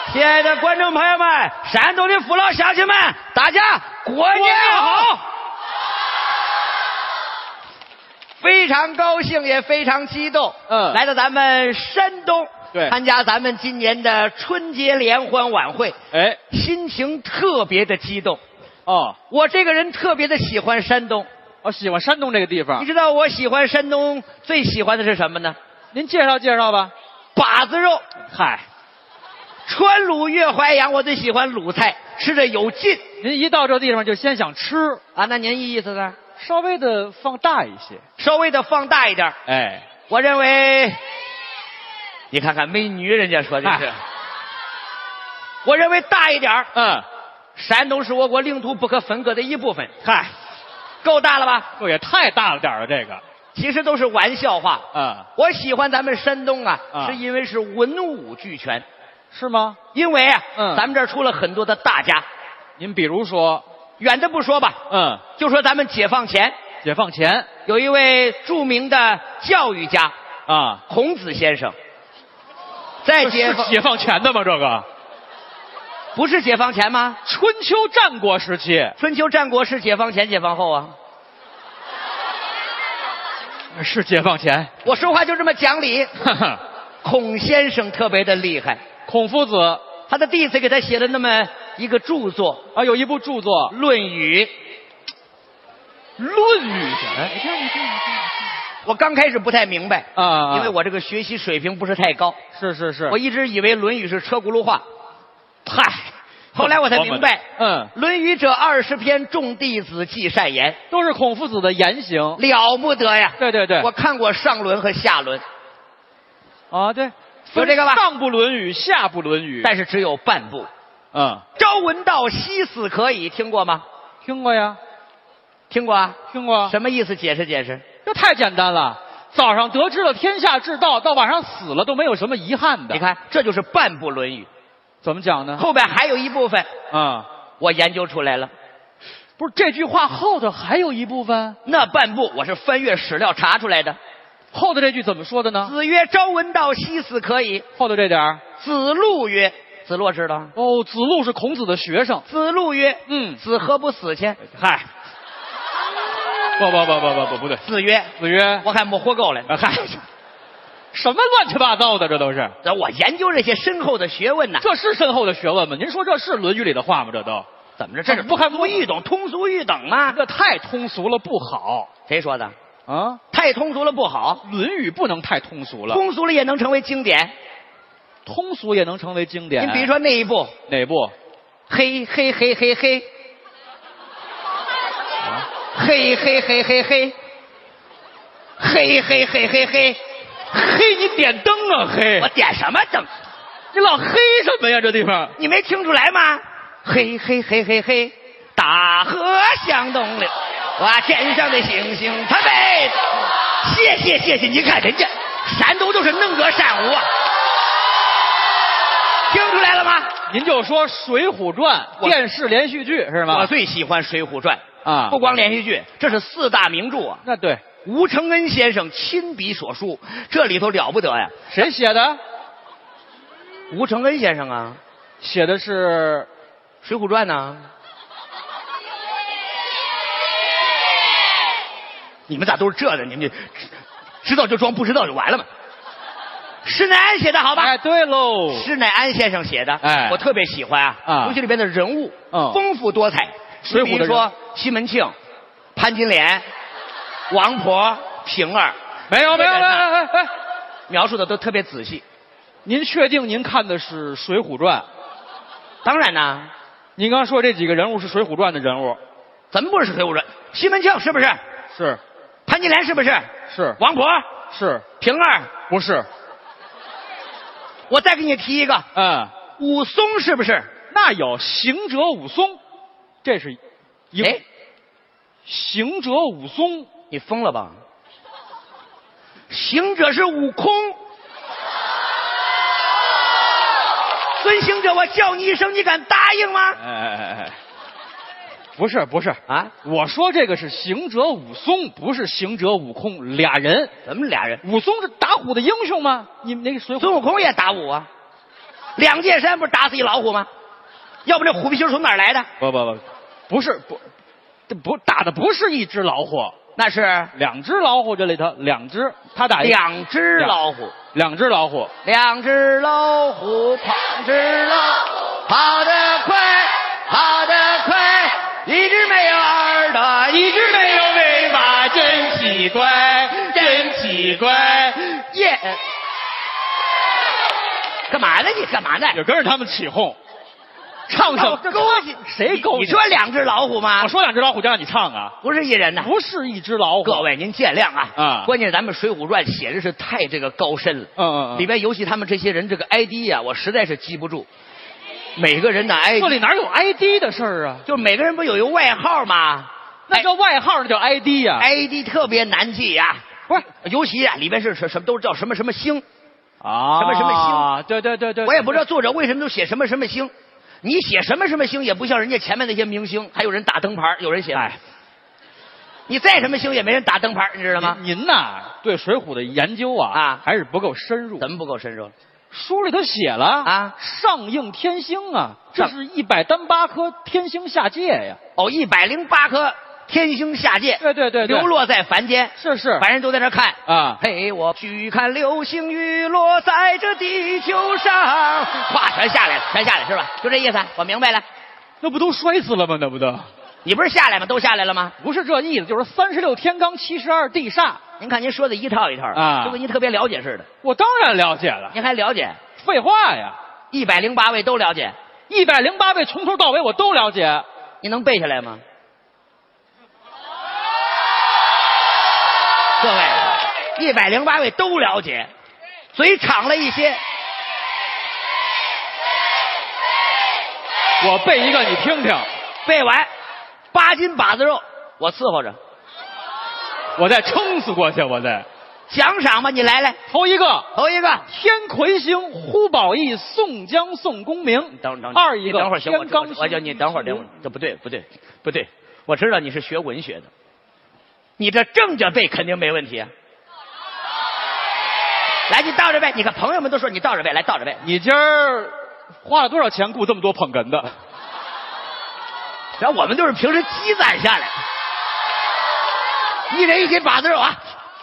亲爱的观众朋友们，山东的父老乡亲们，大家过年好！非常高兴，也非常激动，来到咱们山东， 对， 参加咱们今年的春节联欢晚会，心情特别的激动。 哦， 我这个人特别的喜欢山东， 我喜欢山东这个地方。 你知道我喜欢山东最喜欢的是什么呢？ 您介绍介绍吧。 把子肉， 嗨， 川鲁粤淮扬，我最喜欢鲁菜，吃着有劲。 您一到这地方就先想吃啊？那您意思呢？ 稍微的放大一些， 稍微的放大一点。 哎， 我认为，你看看美女，人家说的是，我认为大一点。山东是我国领土不可分割的一部分。 嗨， 够大了吧？ 这也太大了点了，这个。 其实都是玩笑话。我喜欢咱们山东啊，是因为是文武俱全。 是吗？ 因为啊，咱们这儿出了很多的大家。 您比如说， 远的不说吧，就说咱们解放前有一位著名的教育家啊，孔子先生。在解放前的吗？这个不是解放前吗？ 春秋战国时期。 春秋战国是解放前解放后啊？ 是解放前。 我说话就这么讲理。孔先生特别的厉害。 孔夫子， 他的弟子给他写了那么一个著作啊，有一部著作《 论语》。 论语，哎，你看， 我刚开始不太明白啊， 因为我这个学习水平不是太高。 是， 我一直以为《论语》是车轱辘话。嗨，后来我才明白，《论语》这20篇，众弟子记善言， 都是孔夫子的言行， 了不得呀！ 对， 我看过上轮和下轮。 啊，对。 有这个吧？ 上部《论语》，下部《论语》， 但是只有半部。朝闻道，夕死可矣，听过吗？ 听过呀， 听过啊， 听过。 什么意思？解释解释。 这太简单了，早上得知了天下之道，到晚上死了都没有什么遗憾的。 你看，这就是半部《论语》。 怎么讲呢？ 后边还有一部分我研究出来了。 不是这句话后头还有一部分？ 那半部我是翻阅史料查出来的。 后头这句怎么说的呢？ 子曰：“朝闻道，夕死可矣。” 后头这点子路曰：“子路知道？ 哦，子路是孔子的学生。 子路曰：‘子何不死去？’ 嗨，不对。 子曰：‘我还没活够了。’ 嗨，什么乱七八糟的，这都是。 我研究这些深厚的学问呢。 这是深厚的学问吗？您说这是《论语》里的话吗？这都怎么着？这是通俗易懂，通俗易懂吗？ 这太通俗了，不好。 谁说的？ 啊， 太通俗了不好， 《论语》不能太通俗了， 通俗了也能成为经典， 通俗也能成为经典。 您比如说那一部， 哪部？ 嘿嘿嘿嘿嘿，嘿嘿嘿嘿嘿，嘿嘿嘿嘿嘿， 嘿，你点灯啊嘿！ 我点什么灯？ 你老黑什么呀？这地方你没听出来吗？嘿嘿嘿嘿嘿，大河向东流。哇，天上的星星它飞。谢谢，你看人家山东就是能歌善舞啊，听出来了吗？ 您就说《水浒传》电视连续剧是吗？ 我最喜欢《水浒传》 啊， 不光连续剧，这是4大名著啊。 那对， 吴承恩先生亲笔所书，这里头了不得呀。 谁写的？ 吴承恩先生啊， 写的是 《水浒传》呢。你们咋都是这的？你们知道就装不知道就完了嘛。施耐庵写的好吧？ 哎，对喽， 施耐庵先生写的， 哎， 我特别喜欢啊，尤其里边的人物，丰富多彩。 水浒的人， 比如说西门庆、潘金莲、王婆、平儿， 没有， 描述的都特别仔细。 您确定您看的是《水浒传》？ 当然呢。 您刚说这几个人物是《水浒传》的人物， 怎么不是《水浒传》？西门庆是不是？ 是。 潘金莲是不是？ 是。 王婆是。 平儿不是。 我再给你提一个，武松是不是？ 那有行者武松，这是一个。行者武松， 你疯了吧？行者是悟空。孙行者，我叫你一声，你敢答应吗？ 不是啊！ 我说这个是行者武松，不是行者悟空，俩人。 怎么俩人？ 武松是打虎的英雄吗？你们那个水浒， 孙悟空也打虎啊。 两界山不是打死一老虎吗？要不这虎皮球从哪儿来的？ 不是打的不是一只老虎， 那是两只老虎，这里头两只，他打两只老虎， 两只老虎， 两只老虎跑得快，跑得快，一只没有耳朵，一只没有尾巴，真奇怪，真奇怪，耶！干嘛呢？你干嘛呢？ 也跟着他们起哄，唱什么？ 勾起谁勾？ 你说两只老虎吗？ 我说两只老虎就让你唱啊？ 不是一人呐， 不是一只老虎。 各位您见谅啊！ 啊， 关键咱们《水浒传》写的是太这个高深了。里边尤其他们这些人这个 ID 啊，我实在是记不住。每个人的 ID， 这里哪有 ID 的事儿啊？ 就是每个人不有一个外号吗？ 那叫外号，那叫 ID 呀。 ID 特别难记呀， 不是， 尤其啊里边是什么都叫什么什么星。 啊， 什么什么星？ 对， 我也不知道作者为什么都写什么什么星。你写什么什么星也不像人家前面那些明星，还有人打灯牌，有人写。你再什么星也没人打灯牌，你知道吗？ 您呐，对《水浒》的研究啊还是不够深入。 怎么不够深入？ 书里头写了啊，上应天星啊，这是108颗天星下界呀。 哦，108颗。天星下界， 对， 流落在凡间， 是， 凡人都在那看啊。 陪我去看流星雨落在这地球上，哗，全下来了是吧？就这意思，我明白了。 那不都摔死了吗？那不都？ 你不是下来吗？都下来了吗？ 不是这意思，就是36天罡72地煞。 您看您说的一套一套啊， 就跟您特别了解似的。 我当然了解了。 您还了解？ 废话呀 ！108位都了解 ，108位从头到尾我都了解。 你能背下来吗？各位，108位都了解，嘴敞了一些。 我背一个你听听。 背完，8斤把子肉，我伺候着。 我再撑死过去，我再。 奖赏吧，你来。头一个， 天魁星，呼保义，宋江，宋公明。 等二一个， 等会儿行， 我叫你等会儿，这不对，我知道你是学文学的。你这正着背肯定没问题啊！来，你倒着背。你看朋友们都说你倒着背，来倒着背。 你今儿花了多少钱雇这么多捧哏的？ 然后我们就是平时积攒下来，一人1斤把子肉啊！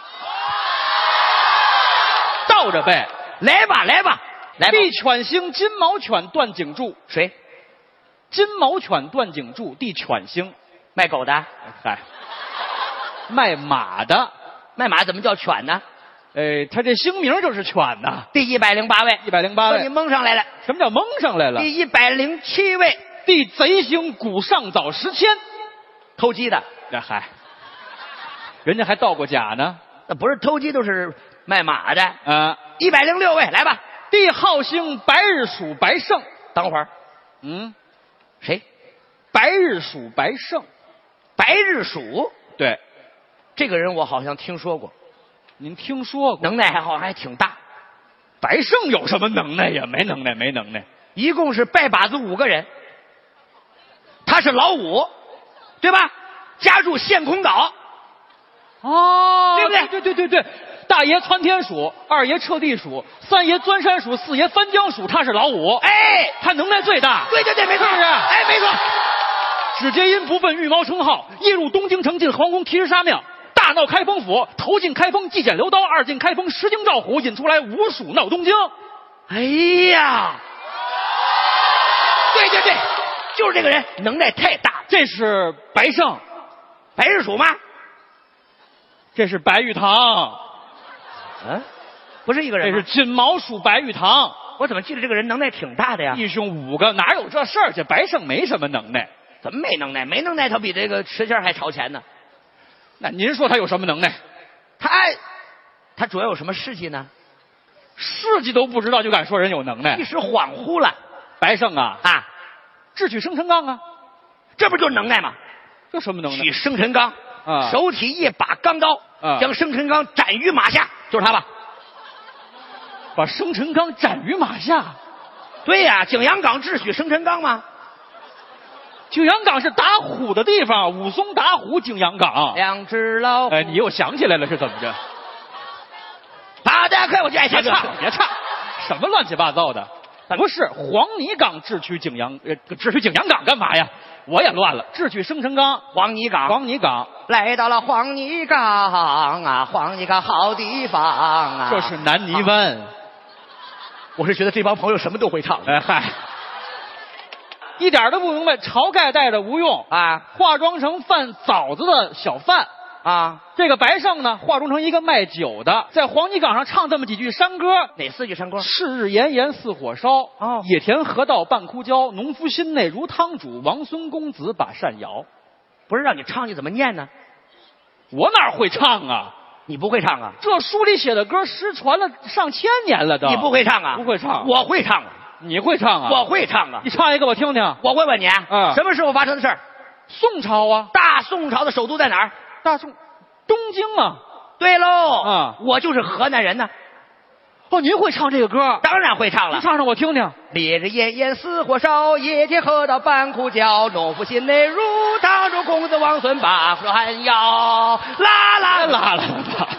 倒着背， 来吧。 地犬星，金毛犬，段景柱。 谁？ 金毛犬，段景柱，地犬星。 卖狗的？ 嗨。卖马的， 卖马怎么叫犬呢？ 他这星名就是犬呐。 第108位 ，108位， 你蒙上来了。 什么叫蒙上来了？ 第107位， 地贼星，古上早10千， 偷鸡的。 嗨，人家还盗过假呢。 那不是偷鸡，都是卖马的。 106 位，来吧。 地浩星，白日鼠，白胜。 等会儿，谁？ 白日鼠，白胜。 白日鼠？ 对。 这个人我好像听说过， 您听说过？ 能耐还挺大。 白胜有什么能耐呀？没能耐。 一共是拜把子5个人，他是老五，对吧？家住县空岛。 哦， 对不对，大爷窜天鼠，二爷彻地鼠，三爷钻山鼠，四爷翻江鼠，他是老五。他能耐最大。 对，没错， 是不是？ 没错。 只接因不愤，御毛称号，夜入东京城，进皇宫，提示杀命。大闹开封府，头进开封，祭剪流刀；二进开封，石惊赵虎，引出来5鼠闹东京。 哎呀，对，就是这个人，能耐太大。 这是白胜， 白日鼠吗？ 这是白玉堂。 不是一个人。 这是金毛鼠白玉堂。 我怎么记得这个人能耐挺大的呀？ 义兄5个，哪有这事儿？这白胜没什么能耐。 怎么没能耐？没能耐，他比这个石谦还超前呢。 那您说他有什么能耐？ 他主要有什么事迹呢？ 事迹都不知道就敢说人有能耐？ 一时恍惚了。 白胜啊，智取生辰纲啊， 这不就是能耐吗？ 这什么能耐？ 取生辰纲手提一把钢刀，将生辰纲斩于马下，就是他吧？ 把生辰纲斩于马下？ 对呀，景阳冈智取生辰纲吗？ 景阳冈是打虎的地方，武松打虎，景阳冈。 两只老虎。 你又想起来了是怎么着？ 跑得快，我就爱唱歌。 别唱，什么乱七八糟的？ 不是黄泥岗智取景阳，智取景阳岗干嘛呀？我也乱了，智取生辰纲， 黄泥岗。 黄泥岗来到了黄泥岗啊，黄泥岗好地方啊。 这是南泥湾。 我是觉得这帮朋友什么都会唱。 哎嗨，一点都不明白，晁盖带着吴用啊， 化妆成贩枣子的小贩。 啊， 这个白胜呢，化妆成一个卖酒的，在黄泥岗上唱这么几句山歌。 哪4句山歌？ 是日炎炎似火烧， 哦， 野田河道半枯焦，农夫心内如汤煮，王孙公子把扇摇。 不是让你唱，你怎么念呢？ 我哪会唱啊？ 你不会唱啊？ 这书里写的歌失传了上千年了都。 你不会唱啊？ 不会唱。 我会唱啊。 你会唱啊？ 我会唱啊。 你唱一个我听听。 我问问你，什么时候发生的事儿？ 宋朝啊。 大宋朝的首都在哪儿？ 大宋。东京啊。 对喽。 啊， 我就是河南人呢。 哦，您会唱这个歌？ 当然会唱了。 你唱唱我听听。 烈日炎炎似火烧，野田河道半枯焦，农夫心内如汤煮，公子王孙把扇摇。啦啦啦啦啦。